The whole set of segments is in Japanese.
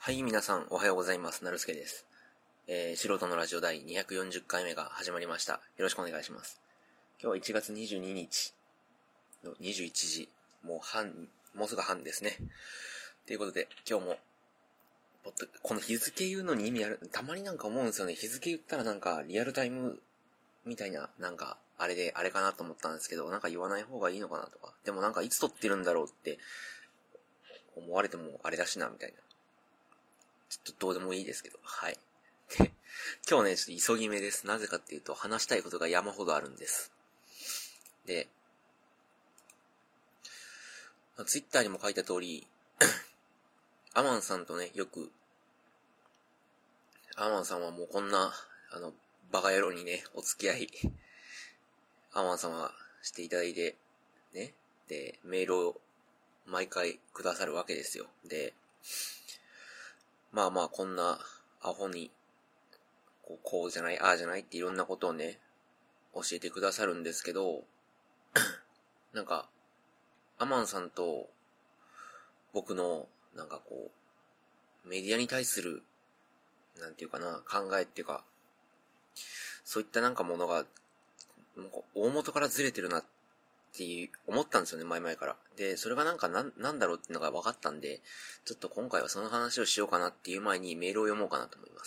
はい、皆さんおはようございます。なるすけです。素人のラジオ第240回目が始まりました。よろしくお願いします。今日は1月22日の21時、もうすぐ半ですね。ということで、今日も、この日付言うのに意味ある、たまになんか思うんですよね。日付言ったらなんかリアルタイムみたいな、なんかあれかなと思ったんですけど、なんか言わない方がいいのかなとか。でもなんかいつ撮ってるんだろうって思われてもあれだしな、みたいな。ちょっとどうでもいいですけど、はい。で、今日ね、ちょっと急ぎ目です。なぜかっていうと、話したいことが山ほどあるんです。で、ツイッターにも書いた通り、アマンさんとね、アマンさんはもうこんな、バカ野郎にね、お付き合い、アマンさんはしていただいて、ね、で、メールを毎回くださるわけですよ。で、まあまあ、こんなアホに、こうじゃない、ああじゃないっていろんなことをね、教えてくださるんですけど、なんか、アマンさんと僕の、なんかメディアに対する、なんていうかな、考えっていうか、そういったなんかものが、大元からずれてるなって思ったんですよね、前々から。で、それがなんだろうっていうのが分かったんで、ちょっと今回はその話をしようかなっていう前にメールを読もうかなと思います。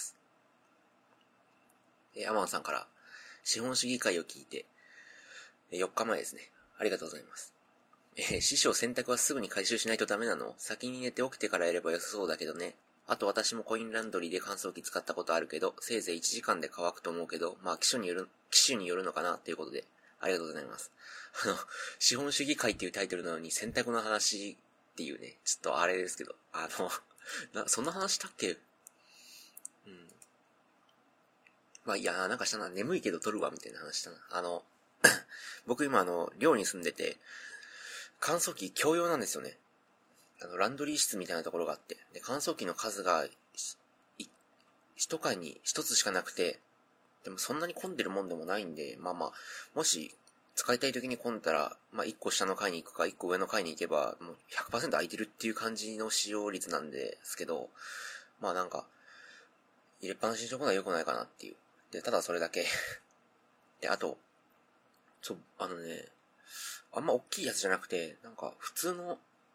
アマンさんから、資本主義会を聞いて、4日前ですね。ありがとうございます。師匠洗濯はすぐに回収しないとダメなの？先に寝て起きてからやれば良さそうだけどね。あと私もコインランドリーで乾燥機使ったことあるけど、せいぜい1時間で乾くと思うけど、まあ機種によるのかなということで、ありがとうございます。資本主義会っていうタイトルなのに洗濯の話っていうね、ちょっとあれですけど、そんな話したっけ？うん。まあいや、なんかしたな、眠いけど撮るわ、みたいな話したな。僕今寮に住んでて、乾燥機共用なんですよね。ランドリー室みたいなところがあって、で、乾燥機の数が、一階に一つしかなくて、でもそんなに混んでるもんでもないんで、まあまあ、もし、使いたい時に混んだら、まあ一個下の階に行くか、一個上の階に行けば、もう 100% 空いてるっていう感じの使用率なんですけど、まあなんか、入れっぱなしにしとくのは良くないかなっていう。で、ただそれだけ。で、あと、あんま大きいやつじゃなくて、なんか普通の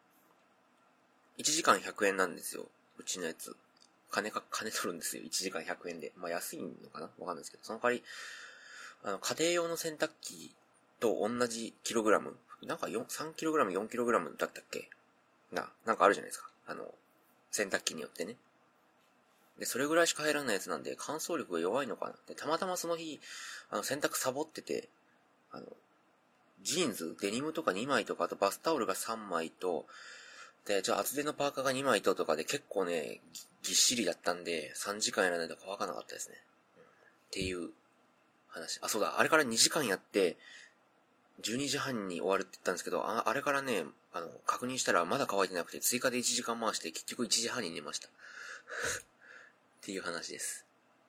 1時間100円なんですよ。うちのやつ。金取るんですよ。1時間100円で。まあ安いのかなわかんないですけど。その代わり、家庭用の洗濯機と同じキログラム。なんか3キログラム、4キログラムだったっけなんかあるじゃないですか。洗濯機によってね。で、それぐらいしか入らないやつなんで、乾燥力が弱いのかなって。たまたまその日、洗濯サボってて、ジーンズ、デニムとか2枚とか、あとバスタオルが3枚と、で、厚手のパーカーが2枚とかで結構ね、ぎっしりだったんで、3時間やらないと乾かなかったですね。っていう話。あ、そうだ、あれから2時間やって、12時半に終わるって言ったんですけど、あれからね、確認したらまだ乾いてなくて、追加で1時間回して、結局1時半に寝ました。っていう話です。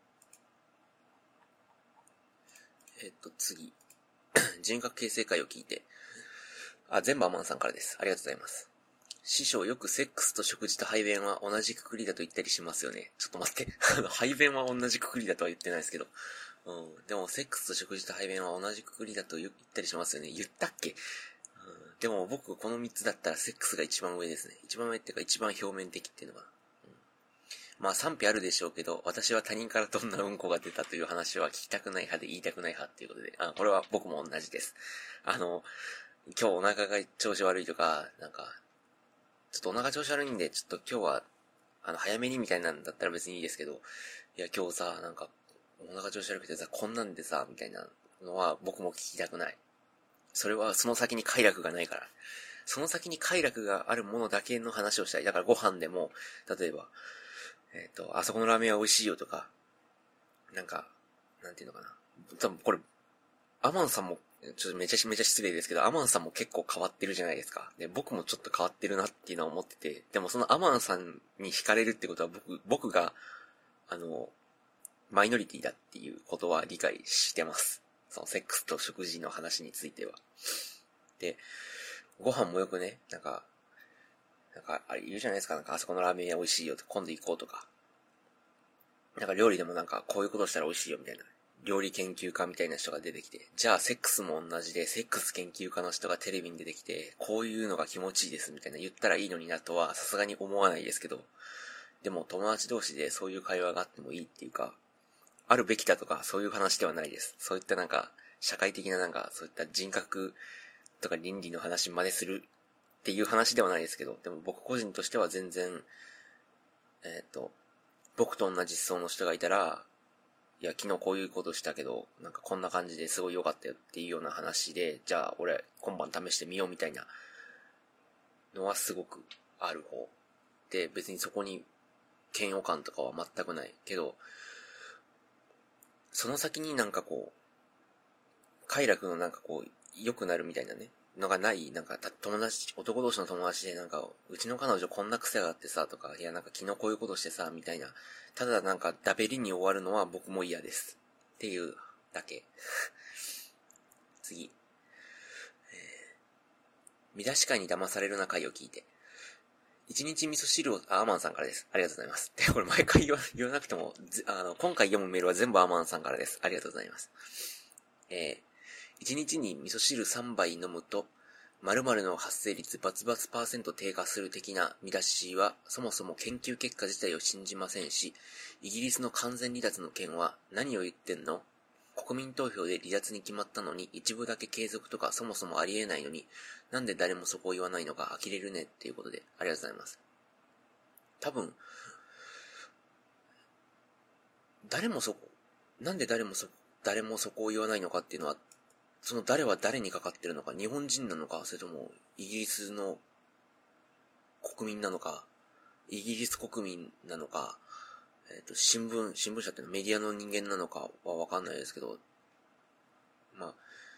次。人格形成会を聞いて。全部アマンさんからです。ありがとうございます。師匠よくセックスと食事と排便は同じくくりだと言ったりしますよね。ちょっと待って。排便は同じくくりだとは言ってないですけど。でもセックスと食事と排便は同じくくりだと言ったりしますよね。言ったっけ？でも僕この3つだったらセックスが一番上ですね。一番上っていうか一番表面的っていうのが。まあ賛否あるでしょうけど、私は他人からどんなうんこが出たという話は聞きたくない派で言いたくない派っていうことで、これは僕も同じです。今日お腹が調子悪いとか、なんか、ちょっとお腹調子悪いんで、ちょっと今日は、早めにみたいなんだったら別にいいですけど、いや今日さ、なんか、お腹調子悪くてさ、こんなんでさ、みたいなのは僕も聞きたくない。それはその先に快楽がないから。その先に快楽があるものだけの話をしたい。だからご飯でも、例えば、あそこのラーメンは美味しいよとか、なんか、なんていうのかな。多分これ、アマンさんも、ちょっとめちゃめちゃ失礼ですけど、アマンさんも結構変わってるじゃないですか。で、僕もちょっと変わってるなっていうのは思ってて、でもそのアマンさんに惹かれるってことは僕が、マイノリティだっていうことは理解してます。そのセックスと食事の話については。で、ご飯もよくね、なんか、 なんか、あれ言うじゃないですか、なんかあそこのラーメン屋美味しいよって今度行こうとか。なんか料理でもなんかこういうことしたら美味しいよみたいな。料理研究家みたいな人が出てきて、じゃあセックスも同じで、セックス研究家の人がテレビに出てきて、こういうのが気持ちいいですみたいな言ったらいいのになとはさすがに思わないですけど、でも友達同士でそういう会話があってもいいっていうか、あるべきだとかそういう話ではないです。そういったなんか、社会的ななんか、そういった人格とか倫理の話までするっていう話ではないですけど、でも僕個人としては全然、僕と同じ思想の人がいたら、いや、昨日こういうことしたけど、なんかこんな感じですごい良かったよっていうような話で、じゃあ俺今晩試してみようみたいなのはすごくある方。で、別にそこに嫌悪感とかは全くないけど、その先になんかこう、快楽のなんかこう、良くなるみたいなね、のがない、なんか友達、男同士の友達でなんか、うちの彼女こんな癖があってさ、とか、いやなんか昨日こういうことしてさ、みたいな、ただなんかダベリに終わるのは僕も嫌です。っていうだけ。次。見出し会に騙されるな会を聞いて。一日味噌汁を、アマンさんからです。ありがとうございます。で、これ毎回言わなくても、今回読むメールは全部アマンさんからです。ありがとうございます。一日に味噌汁3杯飲むと、〇〇の発生率バツバツ%低下する的な見出しは、そもそも研究結果自体を信じませんし、イギリスの完全離脱の件は何を言ってんの？国民投票で離脱に決まったのに一部だけ継続とかそもそもありえないのに、なんで誰もそこを言わないのか呆れるねっていうことで、ありがとうございます。多分、なんで誰もそこを言わないのかっていうのは、その誰は誰にかかってるのか、日本人なのか、それともイギリスの国民なのか、イギリス国民なのか、新聞社っていうのはメディアの人間なのかはわかんないですけど、まあ、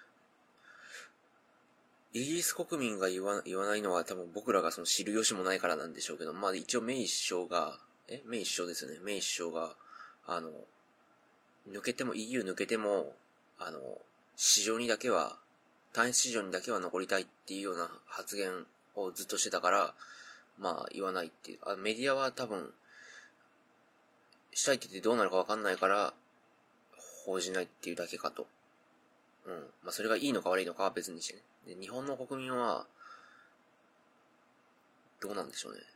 イギリス国民が言わないのは多分僕らがその知る由もないからなんでしょうけど、まあ一応メイ首相ですよね。メイ首相が、EU 抜けても、市場にだけは、単一市場にだけは残りたいっていうような発言をずっとしてたから、まあ言わないっていう。メディアは多分、したいって言ってどうなるかわかんないから、報じないっていうだけかと。まあそれがいいのか悪いのかは別にしてね。で、日本の国民は、どうなんでしょうね。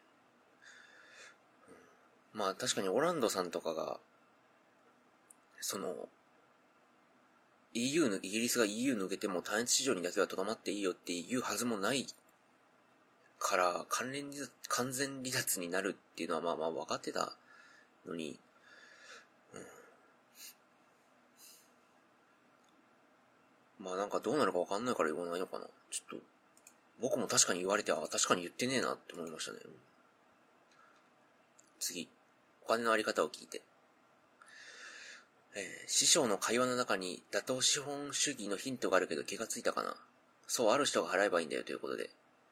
まあ確かにオランドさんとかが、その、イギリスが EU 抜けても単一市場にだけは留まっていいよっていうはずもないから、完全離脱になるっていうのはまあまあ分かってたのに、まあなんかどうなるか分かんないから言わないのかな。ちょっと、僕も確かに言われて、確かに言ってねえなって思いましたね。次。お金のあり方を聞いて。師匠の会話の中に打倒資本主義のヒントがあるけど気がついたかな。そう、ある人が払えばいいんだよということで。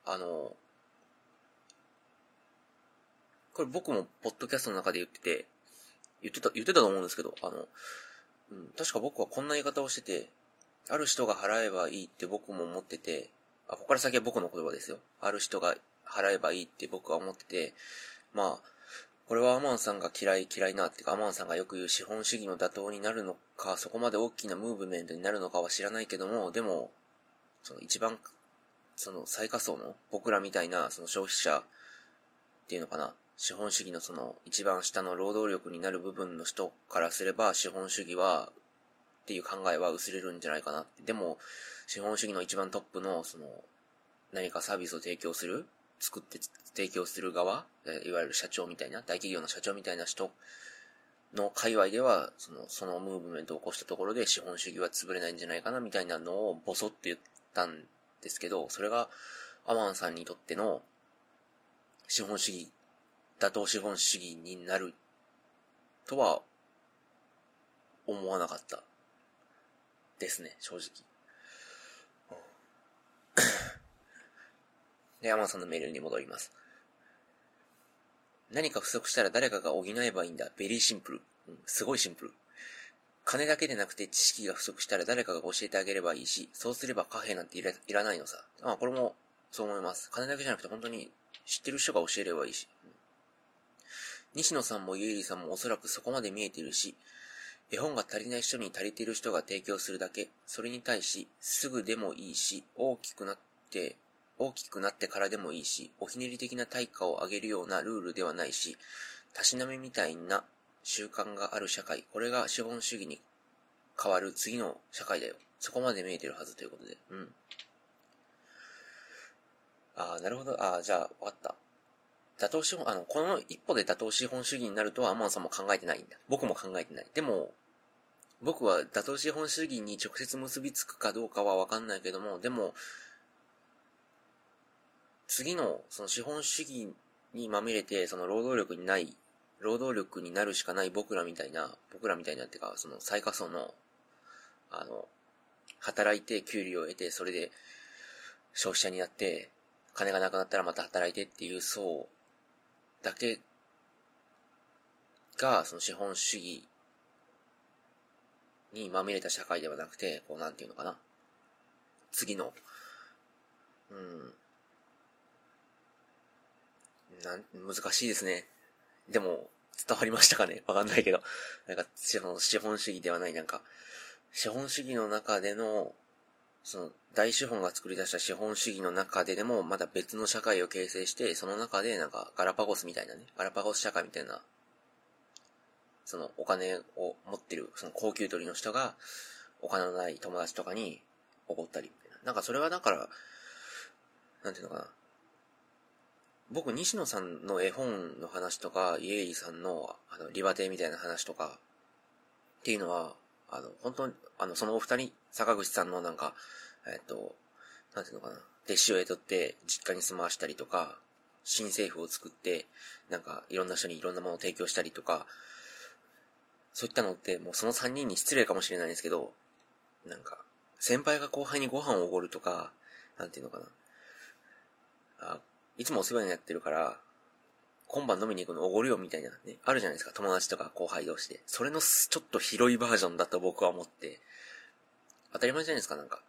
これ僕もポッドキャストの中で言ってたと思うんですけど、確か僕はこんな言い方をしてて、ある人が払えばいいって僕も思ってて、ここから先は僕の言葉ですよ。ある人が払えばいいって僕は思ってて、まあ、これはアマンさんが嫌いなっていうか、アマンさんがよく言う資本主義の打倒になるのか、そこまで大きなムーブメントになるのかは知らないけども、でも、その一番、その最下層の僕らみたいなその消費者っていうのかな、資本主義のその一番下の労働力になる部分の人からすれば、資本主義は、っていう考えは薄れるんじゃないかな。でも、資本主義の一番トップの、その、何かサービスを作って提供する側、いわゆる社長みたいな、大企業の社長みたいな人の界隈では、そのムーブメントを起こしたところで資本主義は潰れないんじゃないかなみたいなのをボソって言ったんですけど、それがアマンさんにとっての打倒資本主義になるとは思わなかったですね、正直。で、アマンさんのメールに戻ります。何か不足したら誰かが補えばいいんだ。ベリーシンプル。すごいシンプル。金だけでなくて知識が不足したら誰かが教えてあげればいいし、そうすれば貨幣なんていらないのさ。これもそう思います。金だけじゃなくて本当に知ってる人が教えればいいし。西野さんもゆいりさんもおそらくそこまで見えてるし、絵本が足りない人に足りている人が提供するだけ。それに対し、すぐでもいいし、大きくなってからでもいいし、おひねり的な対価を上げるようなルールではないし、たしなみみたいな習慣がある社会。これが資本主義に変わる次の社会だよ。そこまで見えてるはずということで。なるほど。じゃあ、わかった。打倒資本、この一歩で打倒資本主義になるとはアマンさんも考えてないんだ。僕も考えてない。でも、僕は打倒資本主義に直接結びつくかどうかはわかんないけども、でも、次のその資本主義にまみれて、その労働力になるしかない僕らみたいなっていうか、その最下層の、働いて給料を得て、それで消費者になって、金がなくなったらまた働いてっていう層だけが、その資本主義にまみれた社会ではなくて、こうなんていうのかな。次の、難しいですね。でも、伝わりましたかねわかんないけど。なんか、資本主義ではない、なんか、資本主義の中での、その、大資本が作り出した資本主義の中でも、まだ別の社会を形成して、その中で、なんか、ガラパゴスみたいなね、ガラパゴス社会みたいな、その、お金を持ってる、その高級取りの人が、お金のない友達とかに、おごったり、みたいな。なんか、それはだから、なんていうのかな。僕、西野さんの絵本の話とか、家入さんの、リバティみたいな話とか、っていうのは、本当に、そのお二人、坂口さんのなんか、なんていうのかな、弟子を雇って実家に住まわしたりとか、新政府を作って、なんか、いろんな人にいろんなものを提供したりとか、そういったのって、もうその三人に失礼かもしれないんですけど、なんか、先輩が後輩にご飯をおごるとか、なんていうのかな、いつもお世話になってるから、今晩飲みに行くのおごるよみたいなね、あるじゃないですか、友達とか後輩同士で。それのちょっと広いバージョンだと僕は思って、当たり前じゃないですか、なんか、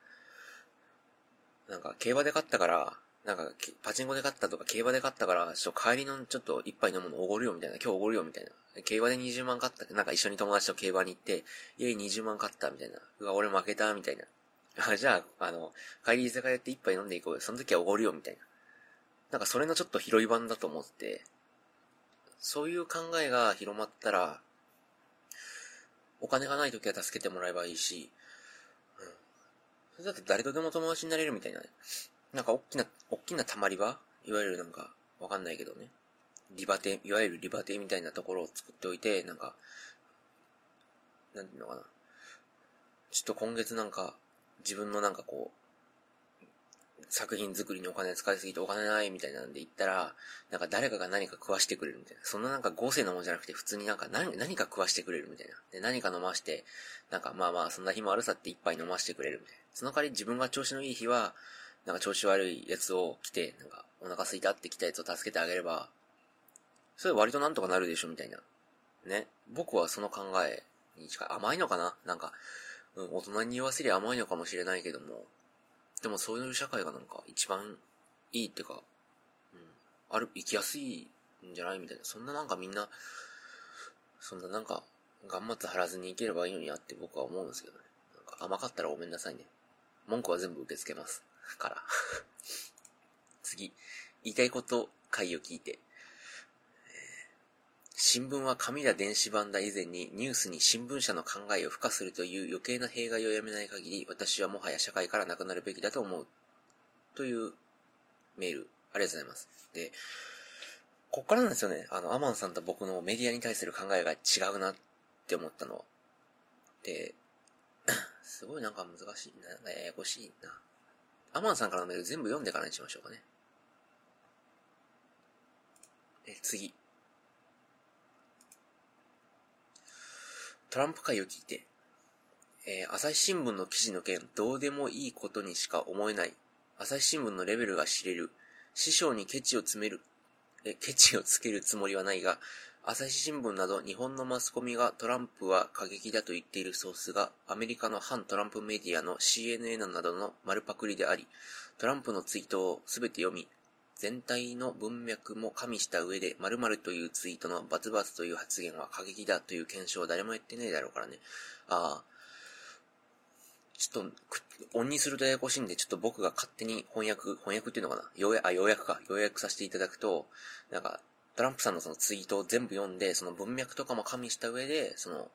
競馬で勝ったから、なんか、パチンコで勝ったとか、競馬で勝ったから、帰りのちょっと一杯飲むのおごるよみたいな、今日おごるよみたいな。競馬で20万勝った、なんか一緒に友達と競馬に行って、20万勝ったみたいな。うわ、俺負けたみたいな。じゃあ、帰り居酒屋って一杯飲んでいこうよ。その時はおごるよみたいな。なんかそれのちょっと広い版だと思って、そういう考えが広まったら、お金がない時は助けてもらえばいいし、それだって誰とでも友達になれるみたいなね。なんか大きな溜まり場いわゆるなんか、わかんないけどね。いわゆるリバティみたいなところを作っておいて、なんか、なんていうのかな。ちょっと今月なんか、自分のなんかこう、作品作りにお金使いすぎてお金ないみたいなんで言ったら、なんか誰かが何か食わしてくれるみたいな。そんななんか合成なもんじゃなくて普通になんか何か食わしてくれるみたいな。で、何か飲まして、なんかまあまあそんな日もあるさって一杯飲ましてくれるみたいな。その代わり自分が調子のいい日は、なんか調子悪いやつを来て、なんかお腹空いたって来たやつを助けてあげれば、それ割となんとかなるでしょみたいな。ね。僕はその考えに近い。甘いのかななんか、大人に言わせりゃ甘いのかもしれないけども、でもそういう社会がなんか一番いいってか、生きやすいんじゃないみたいな。そんななんかみんな、そんななんか、頑張って張らずに生きればいいのになって僕は思うんですけどね。なんか甘かったらごめんなさいね。文句は全部受け付けます。から。次。言いたいこと回を聞いて。新聞は紙だ電子版だ以前にニュースに新聞社の考えを付加するという余計な弊害をやめない限り、私はもはや社会からなくなるべきだと思う。というメール、ありがとうございます。で、こっからなんですよね。アマンさんと僕のメディアに対する考えが違うなって思ったのは。で、すごいなんか難しいな、ややこしいな。アマンさんからのメール全部読んでからにしましょうかね。次。トランプ会を聞いて、朝日新聞の記事の件、どうでもいいことにしか思えない。朝日新聞のレベルが知れる。師匠にケチをつけるつもりはないが、朝日新聞など日本のマスコミがトランプは過激だと言っているソースがアメリカの反トランプメディアの CNN などの丸パクリであり、トランプのツイートをすべて読み、 全体の文脈も加味した上で、〇〇というツイートのバツバツという発言は過激だという検証は誰もやってねえだろうからね。ちょっと、音にするとややこしいんで、ちょっと僕が勝手に翻訳っていうのかな、要約させていただくと、なんか、トランプさんのそのツイートを全部読んで、その文脈とかも加味した上で、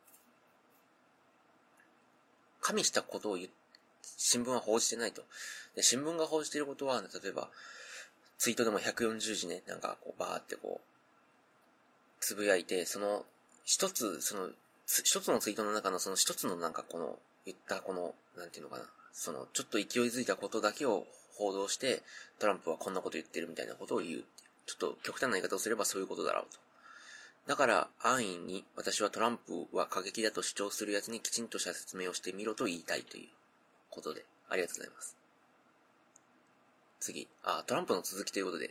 加味したことを新聞は報じてないと。で、新聞が報じていることは、例えば、ツイートでも140字ね、なんかこう、バーってこう、つぶやいて、一つのツイートの中の一つのなんか言ったなんていうのかな、ちょっと勢いづいたことだけを報道して、トランプはこんなこと言ってるみたいなことを言う。ちょっと極端な言い方をすればそういうことだろうと。だから、安易に私はトランプは過激だと主張するやつにきちんとした説明をしてみろと言いたいということで、ありがとうございます。次、トランプの続きということで、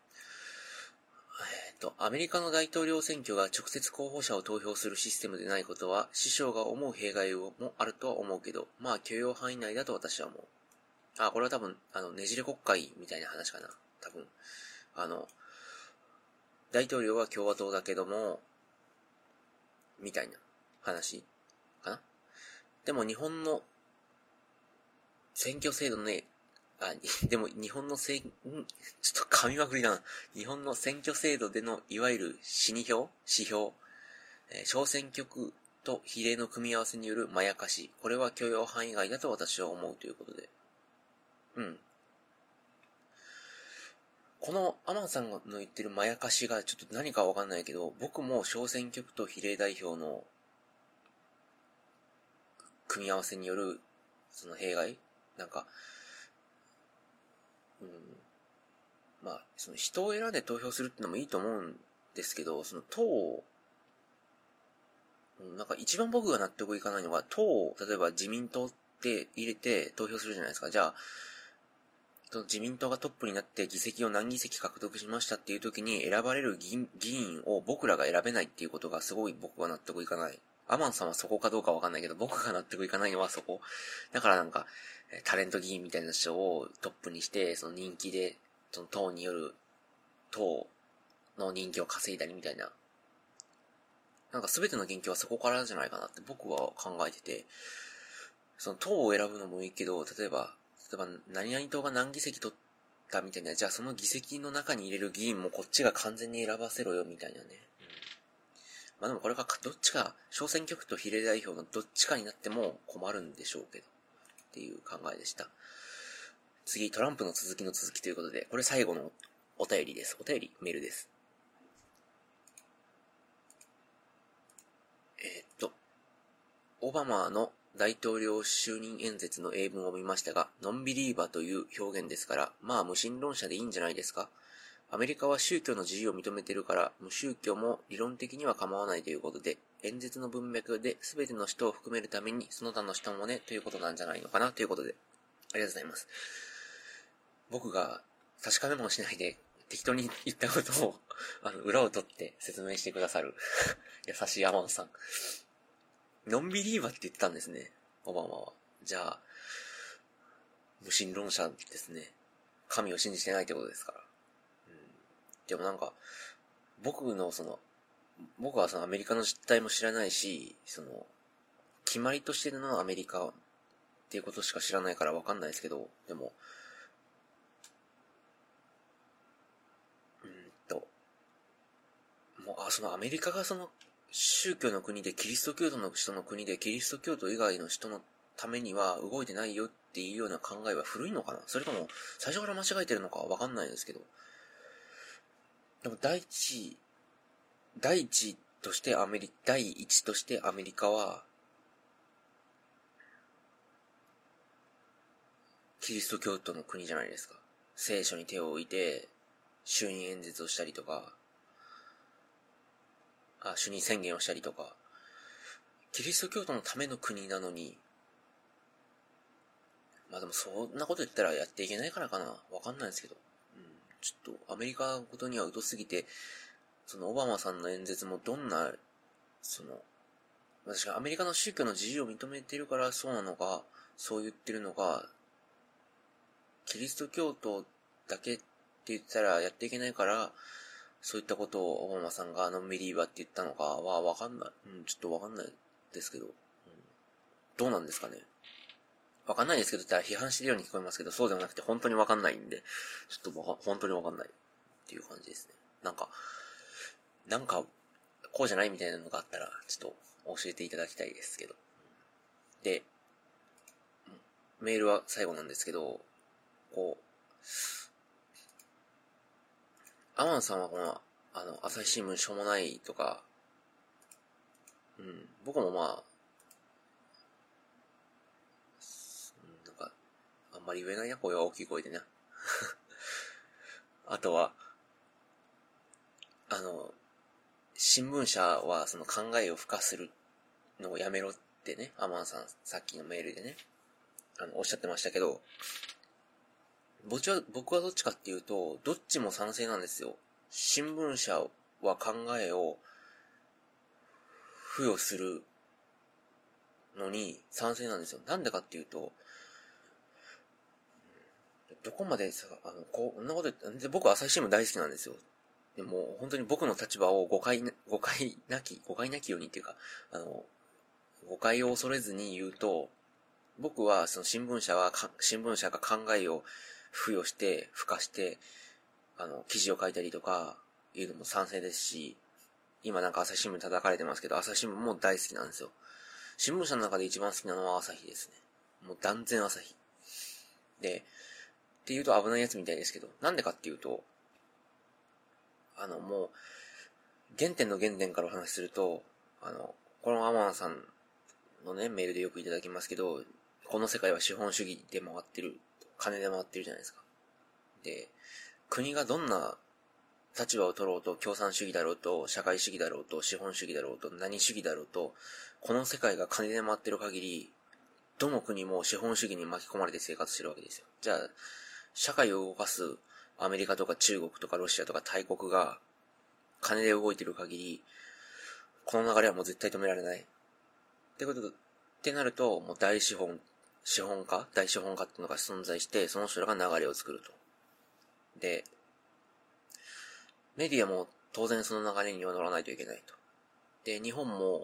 アメリカの大統領選挙が直接候補者を投票するシステムでないことは、師匠が思う弊害もあるとは思うけど、まあ許容範囲内だと私は思う。これは多分、ねじれ国会みたいな話かな。多分、大統領は共和党だけども、みたいな話かな。でも日本の選挙制度のね、でも日本のちょっと噛みまくりだな。日本の選挙制度でのいわゆる指標、小選挙区と比例の組み合わせによるまやかし。これは許容範囲外だと私は思うということで。このアマンさんの言ってるまやかしがちょっと何かわかんないけど、僕も小選挙区と比例代表の組み合わせによるその弊害なんか、まあ、人を選んで投票するってのもいいと思うんですけど、党を、なんか一番僕が納得いかないのが、党を、例えば自民党って入れて投票するじゃないですか。じゃあ、自民党がトップになって議席を何議席獲得しましたっていう時に選ばれる議員を僕らが選べないっていうことがすごい僕は納得いかない。アマンさんはそこかどうかわかんないけど、僕が納得いかないのはそこ。だからなんか、タレント議員みたいな人をトップにして、その人気で、その党による、党の人気を稼いだりみたいな。なんか全ての元気はそこからじゃないかなって僕は考えてて、その党を選ぶのもいいけど、例えば何々党が何議席取ったみたいな、じゃあその議席の中に入れる議員もこっちが完全に選ばせろよみたいなね。まあでもこれがどっちか、小選挙区と比例代表のどっちかになっても困るんでしょうけど、っていう考えでした。次、トランプの続きということで、これ最後のお便りです。メールです。オバマの大統領就任演説の英文を見ましたが、ノンビリーバーという表現ですから、まあ無神論者でいいんじゃないですか。アメリカは宗教の自由を認めてるから、無宗教も理論的には構わないということで、演説の文脈で全ての人を含めるために、その他の人もね、ということなんじゃないのかなということで、ありがとうございます。僕が確かめもしないで適当に言ったことを裏を取って説明してくださる優しいアマンさん。ノンビリーバーって言ってたんですね、オバマは。じゃあ、無神論者ですね。神を信じてないってことですから。でもなんか、僕はアメリカの実態も知らないし、決まりとしてのアメリカっていうことしか知らないからわかんないですけど、でも、もう、アメリカが宗教の国でキリスト教徒の人の国でキリスト教徒以外の人のためには動いてないよっていうような考えは古いのかな、それとも最初から間違えてるのかわかんないですけど、でも第一として第一としてアメリカはキリスト教徒の国じゃないですか。聖書に手を置いて就任演説をしたりとか、就任宣言をしたりとか、キリスト教徒のための国なのに、まあでもそんなこと言ったらやっていけないからかな、わかんないですけど、ちょっとアメリカごとには疎すぎて、オバマさんの演説もどんな、私がアメリカの宗教の自由を認めているからそうなのか、そう言ってるのか、キリスト教徒だけっ言ったらやっていけないから、そういったことをオバマさんがノンビリーバーって言ったのかはわかんない。ちょっとわかんないですけど。どうなんですかね。わかんないですけど、批判してるように聞こえますけど、そうではなくて本当にわかんないんで、ちょっと本当にわかんないっていう感じですね。なんか、こうじゃないみたいなのがあったら、ちょっと教えていただきたいですけど。で、メールは最後なんですけど、アマンさんはこの、朝日新聞しょうもないとか、僕もなんか、あんまり言えないな、声は大きい声でね。あとは、新聞社はその考えを付加するのをやめろってね、アマンさん、さっきのメールでね、おっしゃってましたけど、僕はどっちかっていうと、どっちも賛成なんですよ。新聞社は考えを付与するのに賛成なんですよ。なんでかっていうと、どこまでさ、こんなこと言って、僕は朝日新聞大好きなんですよ。でも、本当に僕の立場を誤解なきようにっていうか、誤解を恐れずに言うと、僕はその新聞社が考えを付与して、付加して、記事を書いたりとか、いうのも賛成ですし、今なんか朝日新聞叩かれてますけど、朝日新聞も大好きなんですよ。新聞社の中で一番好きなのは朝日ですね。もう断然朝日。で、って言うと危ないやつみたいですけど、なんでかっていうと、もう、原点の原点からお話しすると、このアマンさんのね、メールでよくいただきますけど、この世界は資本主義で回ってる、金で回ってるじゃないですか。で、国がどんな立場を取ろうと、共産主義だろうと、社会主義だろうと、資本主義だろうと、何主義だろうと、この世界が金で回ってる限り、どの国も資本主義に巻き込まれて生活してるわけですよ。じゃあ、社会を動かすアメリカとか中国とかロシアとか大国が金で動いてる限り、この流れはもう絶対止められない。ってなると、もう大資本家っていうのが存在して、その人らが流れを作ると。で、メディアも当然その流れには乗らないといけないと。で、日本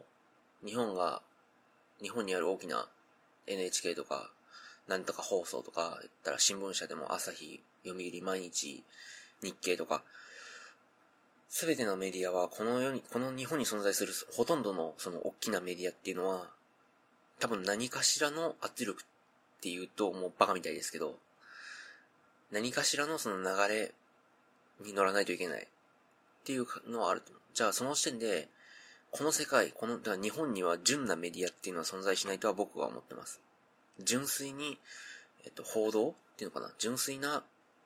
にある大きな NHK とか、なんとか放送とか言ったら新聞社でも朝日、読売、毎日、日経とか、すべてのメディアはこの日本に存在するほとんどのその大きなメディアっていうのは、多分何かしらの圧力っていうともうバカみたいですけど、何かしらのその流れに乗らないといけないっていうのはあると思う。じゃあその時点で、この世界、だから日本には純なメディアっていうのは存在しないとは僕は思ってます。純粋に、報道っていうのかな、純粋な、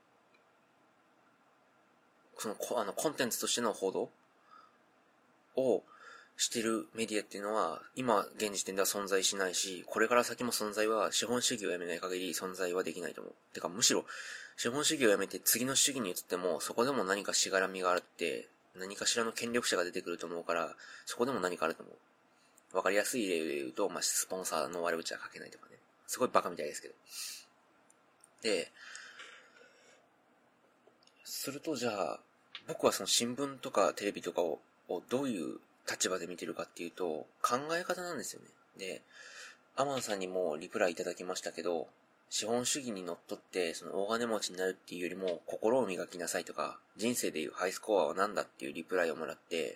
その、コンテンツとしての報道をしてるメディアっていうのは、今、現時点では存在しないし、これから先も資本主義をやめない限り存在はできないと思う。てか、むしろ、資本主義をやめて次の主義に移っても、そこでも何かしがらみがあって、何かしらの権力者が出てくると思うから、そこでも何かあると思う。わかりやすい例で言うと、スポンサーの悪口は書けないとかね。すごいバカみたいですけど。で、するとじゃあ、僕はその新聞とかテレビとかをどういう立場で見てるかっていうと、考え方なんですよね。で、アマンさんにもリプライいただきましたけど、資本主義にのっとって、その大金持ちになるっていうよりも、心を磨きなさいとか、人生でいうハイスコアは何だっていうリプライをもらって、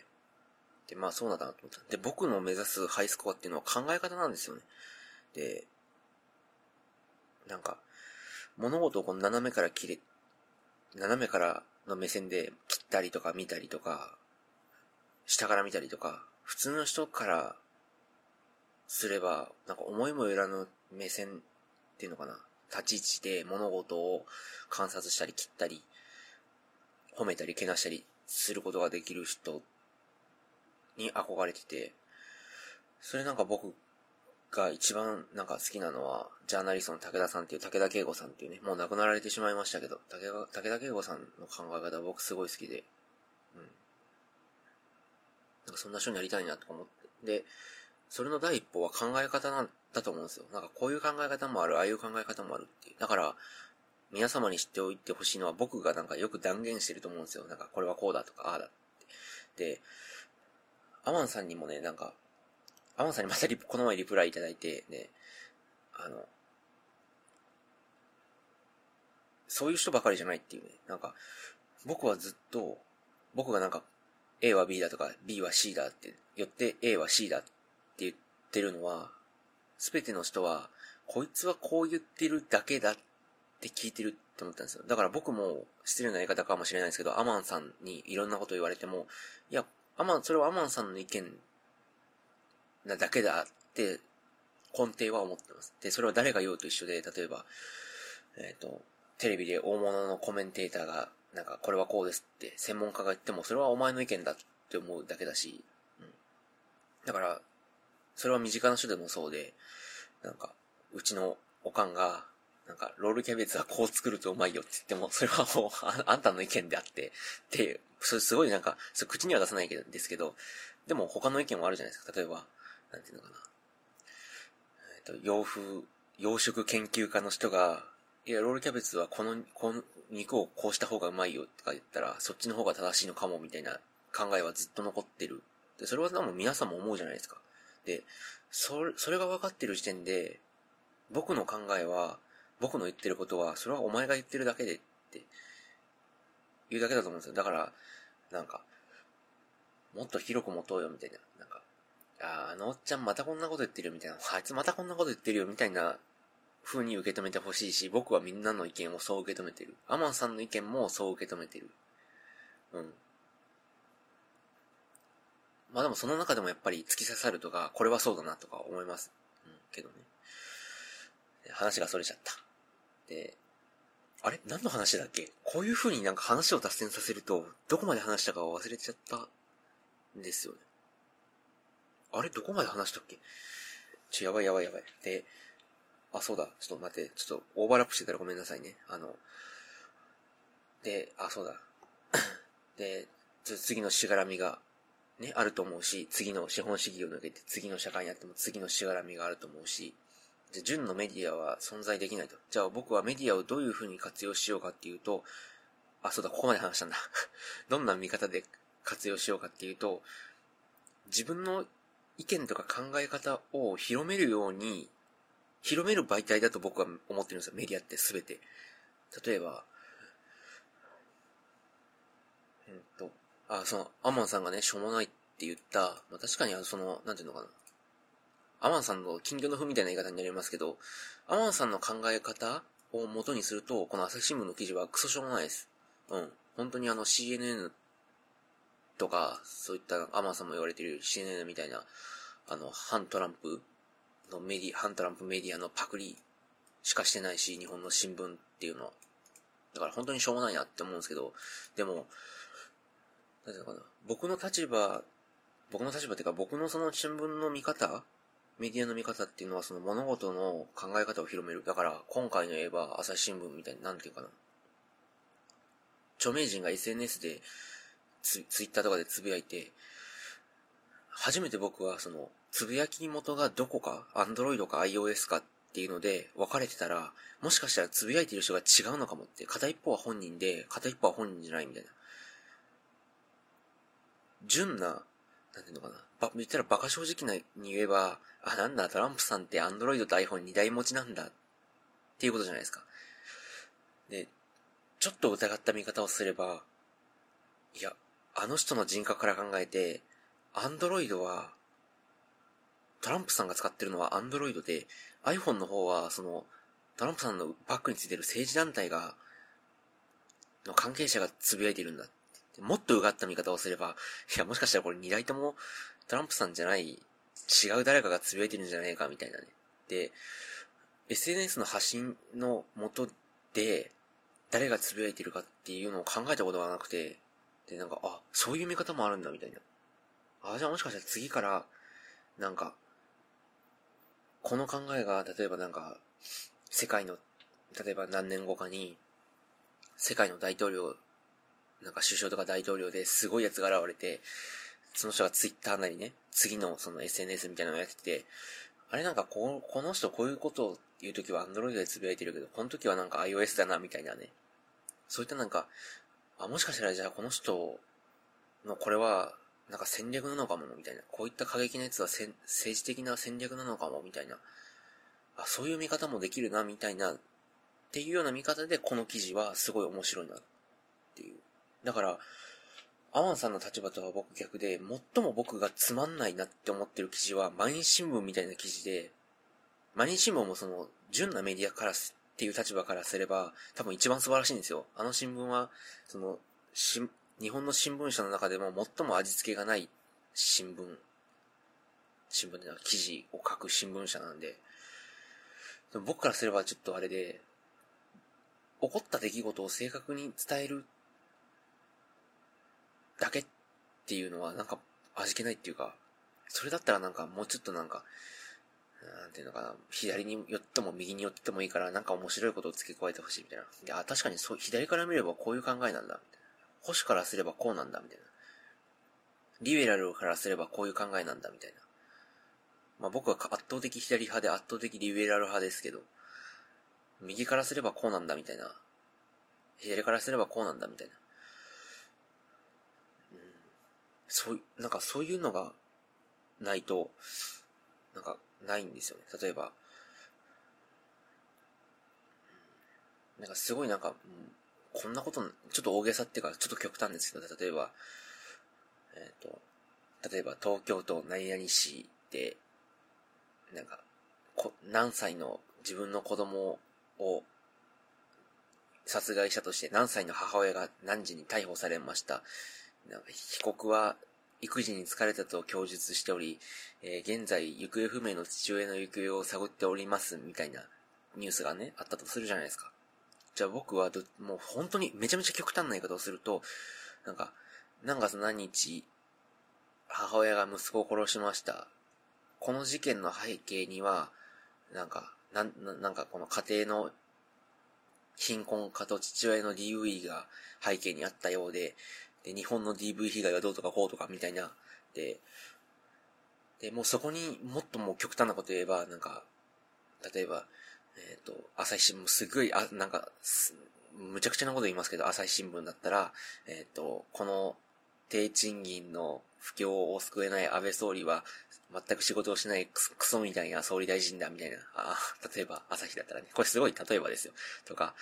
で、そうなんだなと思った。で、僕の目指すハイスコアっていうのは考え方なんですよね。で、なんか、物事を斜めからの目線で切ったりとか見たりとか、下から見たりとか、普通の人からすれば、なんか思いもよらぬ目線っていうのかな。立ち位置で物事を観察したり切ったり、褒めたりけなしたりすることができる人に憧れてて、それなんか僕が一番なんか好きなのは、ジャーナリストの武田圭吾さんっていうね、もう亡くなられてしまいましたけど、武田圭吾さんの考え方は僕すごい好きで、なんかそんな人になりたいなとか思って。で、それの第一歩は考え方なんだと思うんですよ。なんかこういう考え方もある、ああいう考え方もあるっていう。だから、 皆様に知っておいてほしいのは、僕がなんかよく断言してると思うんですよ。なんかこれはこうだとかああだって。で、アマンさんにもね、なんか、アマンさんにまたこの前リプライいただいて、ね、そういう人ばかりじゃないっていうね、なんか、僕はずっと、僕がなんか、A は B だとか、B は C だって言って、A は C だって言ってるのは、すべての人は、こいつはこう言ってるだけだって聞いてるって思ったんですよ。だから僕も失礼な言い方かもしれないですけど、アマンさんにいろんなこと言われても、いや、それはアマンさんの意見なだけだって根底は思ってます。で、それは誰が言おうと一緒で、例えば、テレビで大物のコメンテーターが、なんか、これはこうですって専門家が言っても、それはお前の意見だって思うだけだし、だから、それは身近な人でもそうで、なんか、うちのおかんが、なんか、ロールキャベツはこう作るとうまいよって言っても、それはもうあんたの意見であって、で、それすごいなんか、それ口には出さないですけど、でも他の意見もあるじゃないですか。例えば、なんていうのかな。洋食研究家の人が、いや、ロールキャベツはこの肉をこうした方がうまいよとか言ったら、そっちの方が正しいのかもみたいな考えはずっと残ってる。で、それは多分皆さんも思うじゃないですか。で、それが分かってる時点で、僕の考えは、僕の言ってることは、それはお前が言ってるだけでって言うだけだと思うんですよ。だから、なんか、もっと広く持とうよみたいな。なんか、あのおっちゃんまたこんなこと言ってるよみたいな。あいつまたこんなこと言ってるよみたいな風に受け止めてほしいし、僕はみんなの意見をそう受け止めてる。アマンさんの意見もそう受け止めてる。うん。まあでもその中でもやっぱり突き刺さるとか、これはそうだなとか思います。けどね。話がそれちゃった。で、あれ何の話だっけ？こういう風になんか話を脱線させると、どこまで話したか忘れちゃったんですよね。あれどこまで話したっけ？やばい。で、そうだ。ちょっと待って。ちょっとオーバーラップしてたらごめんなさいね。そうだ。で、次のしがらみが、ね、あると思うし、次の資本主義を抜けて次の社会にあっても次のしがらみがあると思うし、じゃあ純のメディアは存在できないと。じゃあ僕はメディアをどういう風に活用しようかっていうと、そうだ、ここまで話したんだ。どんな見方で活用しようかっていうと、自分の意見とか考え方を広めるように、広める媒体だと僕は思ってるんですよ、メディアってすべて。例えば、アマンさんがね、しょうもないって言った、確かになんていうのかな。アマンさんの金魚の符みたいな言い方になりますけど、アマンさんの考え方を元にすると、この朝日新聞の記事はクソしょうもないです。本当にCNN とか、そういったアマンさんも言われている CNN みたいな、反トランプメディアのパクリしかしてないし、日本の新聞っていうのは。だから本当にしょうもないなって思うんですけど、でも、なんていうのかな。僕の立場っていうか、僕のその新聞の見方、メディアの見方っていうのはその物事の考え方を広める。だから、今回の言えば朝日新聞みたいに、なんていうかな。著名人が SNS でツイッターとかでつぶやいて、初めて僕はつぶやき元がどこか、Android か iOS かっていうので分かれてたら、もしかしたらつぶやいてる人が違うのかもって、片一方は本人で、片一方は本人じゃないみたいな。純な、なんていうのかな。言ったらバカ正直に言えば、なんだ、トランプさんって Android と iPhone 2台持ちなんだっていうことじゃないですか。で、ちょっと疑った見方をすれば、いや、あの人の人格から考えて、Android は、トランプさんが使ってるのは Android で、iPhone の方は、トランプさんのバックについてる政治団体の関係者がつぶやいてるんだ。もっとうがった見方をすれば、いや、もしかしたらこれ2台ともトランプさんじゃない、違う誰かがつぶやいてるんじゃないか、みたいなね。で、SNS の発信の元で、誰がつぶやいてるかっていうのを考えたことがなくて、で、なんか、そういう見方もあるんだ、みたいな。じゃあもしかしたら次から、なんか、この考えが、例えばなんか、例えば何年後かに、世界の大統領、なんか首相とか大統領ですごい奴が現れて、その人がツイッターなりね、次のその SNS みたいなのをやってて、 あれなんかこの人こういうことを言うときは Android でつぶやいてるけど、この時はなんか iOS だなみたいなね。そういったなんか、もしかしたらじゃあこの人のこれはなんか戦略なのかもみたいな。こういった過激なやつは政治的な戦略なのかもみたいな。そういう見方もできるなみたいなっていうような見方でこの記事はすごい面白いなっていう。だから、アマンさんの立場とは僕逆で、最も僕がつまんないなって思ってる記事は、毎日新聞みたいな記事で、毎日新聞もその、純なメディアからっていう立場からすれば、多分一番素晴らしいんですよ。あの新聞は、その、日本の新聞社の中でも最も味付けがないで記事を書く新聞社なんで、僕からすればちょっとあれで、起こった出来事を正確に伝えるだけっていうのはなんか味気ないっていうか、それだったらなんかもうちょっとなんか、なんていうのかな、左に寄っても右に寄ってもいいからなんか面白いことを付け加えてほしいみたいな。で、確かに左から見ればこういう考えなんだ、みたいな。保守からすればこうなんだ、みたいな。リベラルからすればこういう考えなんだ、みたいな。まあ僕は圧倒的左派で圧倒的リベラル派ですけど、右からすればこうなんだ、みたいな。左からすればこうなんだ、みたいな。なんかそういうのがないと、なんかないんですよね。例えば、なんかすごいなんか、こんなこと、ちょっと大げさっていうか、ちょっと極端ですけど、例えば東京都何々市で、なんか、何歳の自分の子供を殺害したとして何歳の母親が何時に逮捕されました。被告は育児に疲れたと供述しており、現在行方不明の父親の行方を探っておりますみたいなニュースがね、あったとするじゃないですか。じゃあ僕はもう本当にめちゃめちゃ極端な言い方をすると、なんか、何月何日、母親が息子を殺しました。この事件の背景には、なんかこの家庭の貧困家と父親の DV が背景にあったようで、日本の DV 被害はどうとかこうとかみたいな。で、もうそこにもっともう極端なこと言えば、なんか、例えば、朝日新聞、すごい、なんか、むちゃくちゃなこと言いますけど、朝日新聞だったら、この低賃金の不況を救えない安倍総理は、全く仕事をしないクソみたいな総理大臣だ、みたいな。例えば、朝日だったらね。これすごい例えばですよ。とか、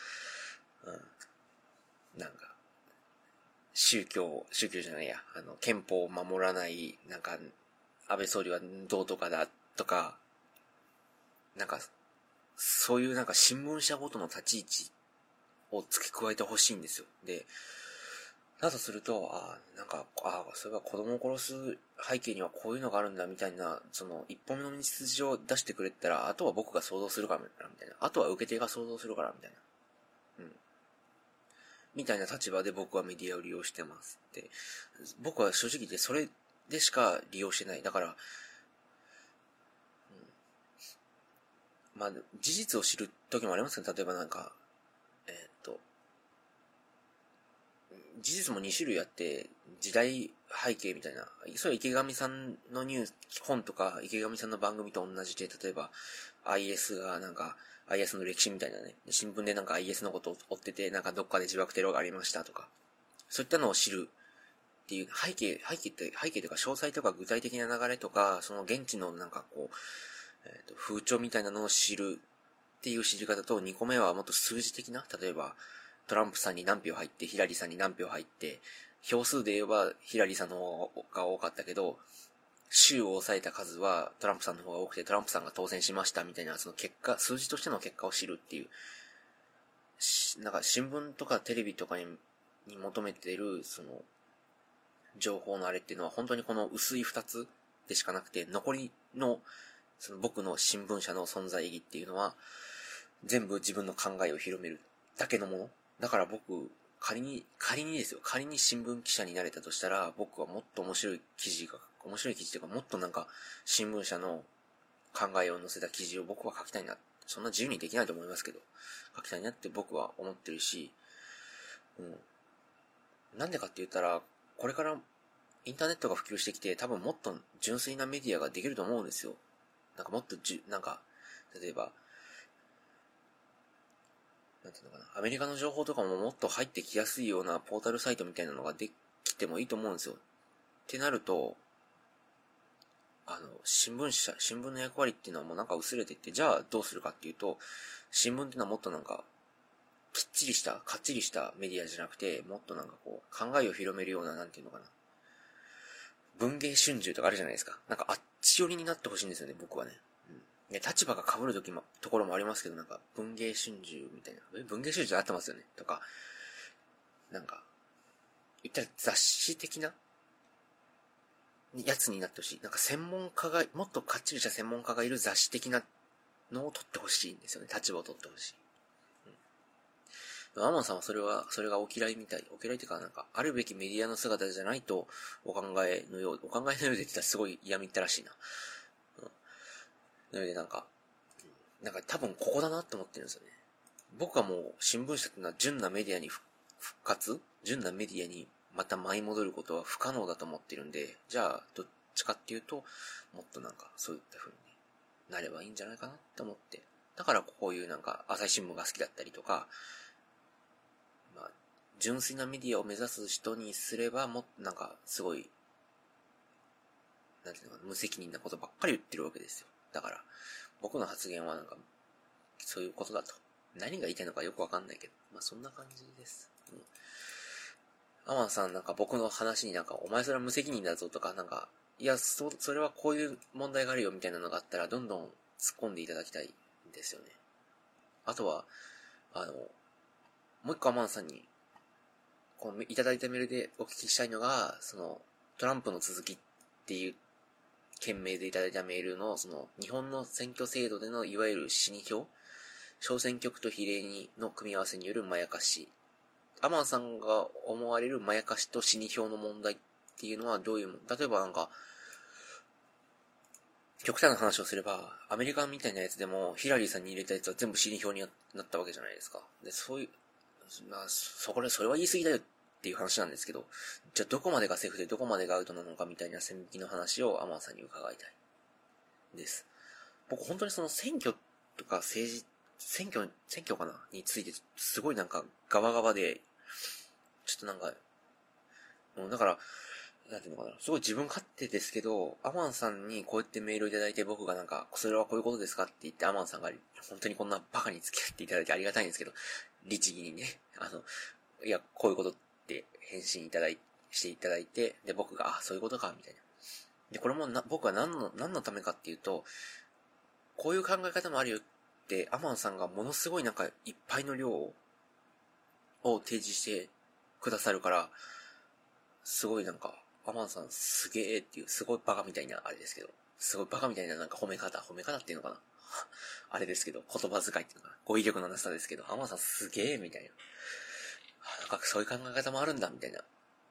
なんか、宗教じゃないや、憲法を守らない、なんか、安倍総理はどうとかだ、とか、なんか、そういうなんか新聞社ごとの立ち位置を付け加えてほしいんですよ。で、だとすると、そういえば子供を殺す背景にはこういうのがあるんだみたいな、その一本目の道筋を出してくれたら、あとは僕が想像するからみたいな。あとは受け手が想像するからみたいな。みたいな立場で僕はメディアを利用してます。で、僕は正直言ってそれでしか利用してない。だから、まあ、事実を知る時もありますけど、例えばなんか、事実も2種類あって、時代背景みたいな。それは池上さんの本とか、池上さんの番組と同じで、例えば、IS がなんか、IS の歴史みたいなね、新聞でなんか IS のことを追ってて、なんかどっかで自爆テロがありましたとか、そういったのを知るっていう背景というか詳細とか具体的な流れとか、その現地のなんかこう、風潮みたいなのを知るっていう知り方と、2個目はもっと数字的な、例えば、トランプさんに何票入って、ヒラリーさんに何票入って、票数で言えばヒラリーさんの方が多かったけど、州を抑えた数はトランプさんの方が多くて、トランプさんが当選しましたみたいな、その結果、数字としての結果を知るっていう、なんか新聞とかテレビとかに求めている、その、情報のあれっていうのは本当にこの薄い2つでしかなくて、残りの、その僕の新聞社の存在意義っていうのは、全部自分の考えを広めるだけのもの。だから僕、仮に新聞記者になれたとしたら、僕はもっと面白い記事というか、もっとなんか、新聞社の考えを載せた記事を僕は書きたいな。そんな自由にできないと思いますけど、書きたいなって僕は思ってるし、なんでかって言ったら、これからインターネットが普及してきて、多分もっと純粋なメディアができると思うんですよ。 なんかもっとなんか、例えば、なんていうのかな、アメリカの情報とかももっと入ってきやすいようなポータルサイトみたいなのができてもいいと思うんですよ。ってなると、新聞の役割っていうのはもうなんか薄れていって、じゃあどうするかっていうと、新聞っていうのはもっとなんか、かっちりしたメディアじゃなくて、もっとなんかこう、考えを広めるような、なんていうのかな。文藝春秋とかあるじゃないですか。なんかあっち寄りになってほしいんですよね、僕はね。立場が被るところもありますけど、なんか、文芸春秋みたいな。文芸春秋合ってますよねとか、なんか、言ったら雑誌的なやつになってほしい。なんかもっとかっちりした専門家がいる雑誌的なのを取ってほしいんですよね。立場を取ってほしい。アマンさんはそれがお嫌いみたい。お嫌いっていうか、なんか、あるべきメディアの姿じゃないと、お考えのようで言ってたらすごい嫌みったらしいな。なのでなんか多分ここだなって思ってるんですよね。僕はもう新聞社っていうのは純なメディアに純なメディアにまた舞い戻ることは不可能だと思ってるんで、じゃあどっちかっていうと、もっとなんかそういった風になればいいんじゃないかなって思って。だからこういうなんか朝日新聞が好きだったりとか、まあ、純粋なメディアを目指す人にすればもっとなんかすごい、なんていうのかな、無責任なことばっかり言ってるわけですよ。だから、僕の発言はなんか、そういうことだと。何が言いたいのかよくわかんないけど、まあそんな感じです。アマンさんなんか僕の話になんか、お前それは無責任だぞとか、なんか、いや、それはこういう問題があるよみたいなのがあったら、どんどん突っ込んでいただきたいんですよね。あとは、もう一個アマンさんに、いただいたメールでお聞きしたいのが、トランプの続きっていう件名でいただいたメールの、日本の選挙制度でのいわゆる死に票、小選挙区と比例の組み合わせによるまやかし。アマンさんが思われるまやかしと死に票の問題っていうのはどういうもの？例えばなんか、極端な話をすれば、アメリカみたいなやつでも、ヒラリーさんに入れたやつは全部死に票になったわけじゃないですか。で、そういう、まあ、それは言い過ぎだよっていう話なんですけど、じゃあどこまでがセーフでどこまでがアウトなのかみたいな線引きの話をアマンさんに伺いたいです。僕本当に選挙とか選挙かなについてすごいなんかガバガバで、ちょっとなんか、だから、なんていうのかな、すごい自分勝手ですけど、アマンさんにこうやってメールをいただいて僕がなんか、それはこういうことですかって言ってアマンさんが本当にこんなバカに付き合っていただいてありがたいんですけど、律儀にね、いや、こういうことって返信していただいて、で、僕が、そういうことか、みたいな。で、これも僕は何のためかっていうと、こういう考え方もあるよって、アマンさんがものすごいなんかいっぱいの量を提示してくださるから、すごいなんか、アマンさんすげーっていう、すごいバカみたいなあれですけど、すごいバカみたいななんか褒め方っていうのかなあれですけど、言葉遣いっていうのかな語彙力のなさですけど、アマンさんすげーみたいな。なんかそういう考え方もあるんだみたいな。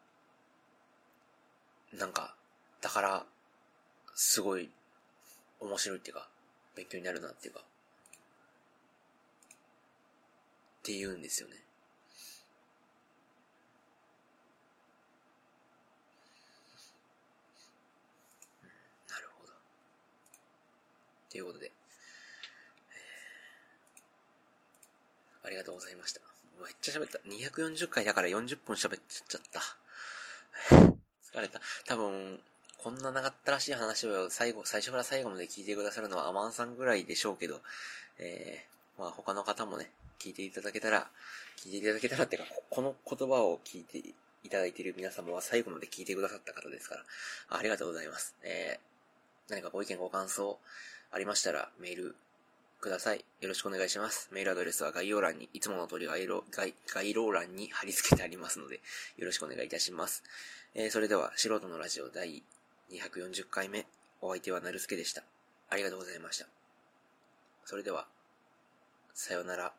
なんか、だから、すごい面白いっていうか、勉強になるなっていうか、って言うんですよね。なるほど。ということで、ありがとうございました。めっちゃ喋った。240回だから40分喋っちゃった。疲れた。多分、こんな長ったらしい話を最初から最後まで聞いてくださるのはアマンさんぐらいでしょうけど、まあ他の方もね、聞いていただけたらっていうか、この言葉を聞いていただいている皆様は最後まで聞いてくださった方ですから、ありがとうございます。何かご意見ご感想ありましたらメールください。よろしくお願いします。メールアドレスは概要欄に、いつもの通り概要欄に貼り付けてありますので、よろしくお願いいたします。それでは、素人のラジオ第240回目、お相手はなるすけでした。ありがとうございました。それでは、さようなら。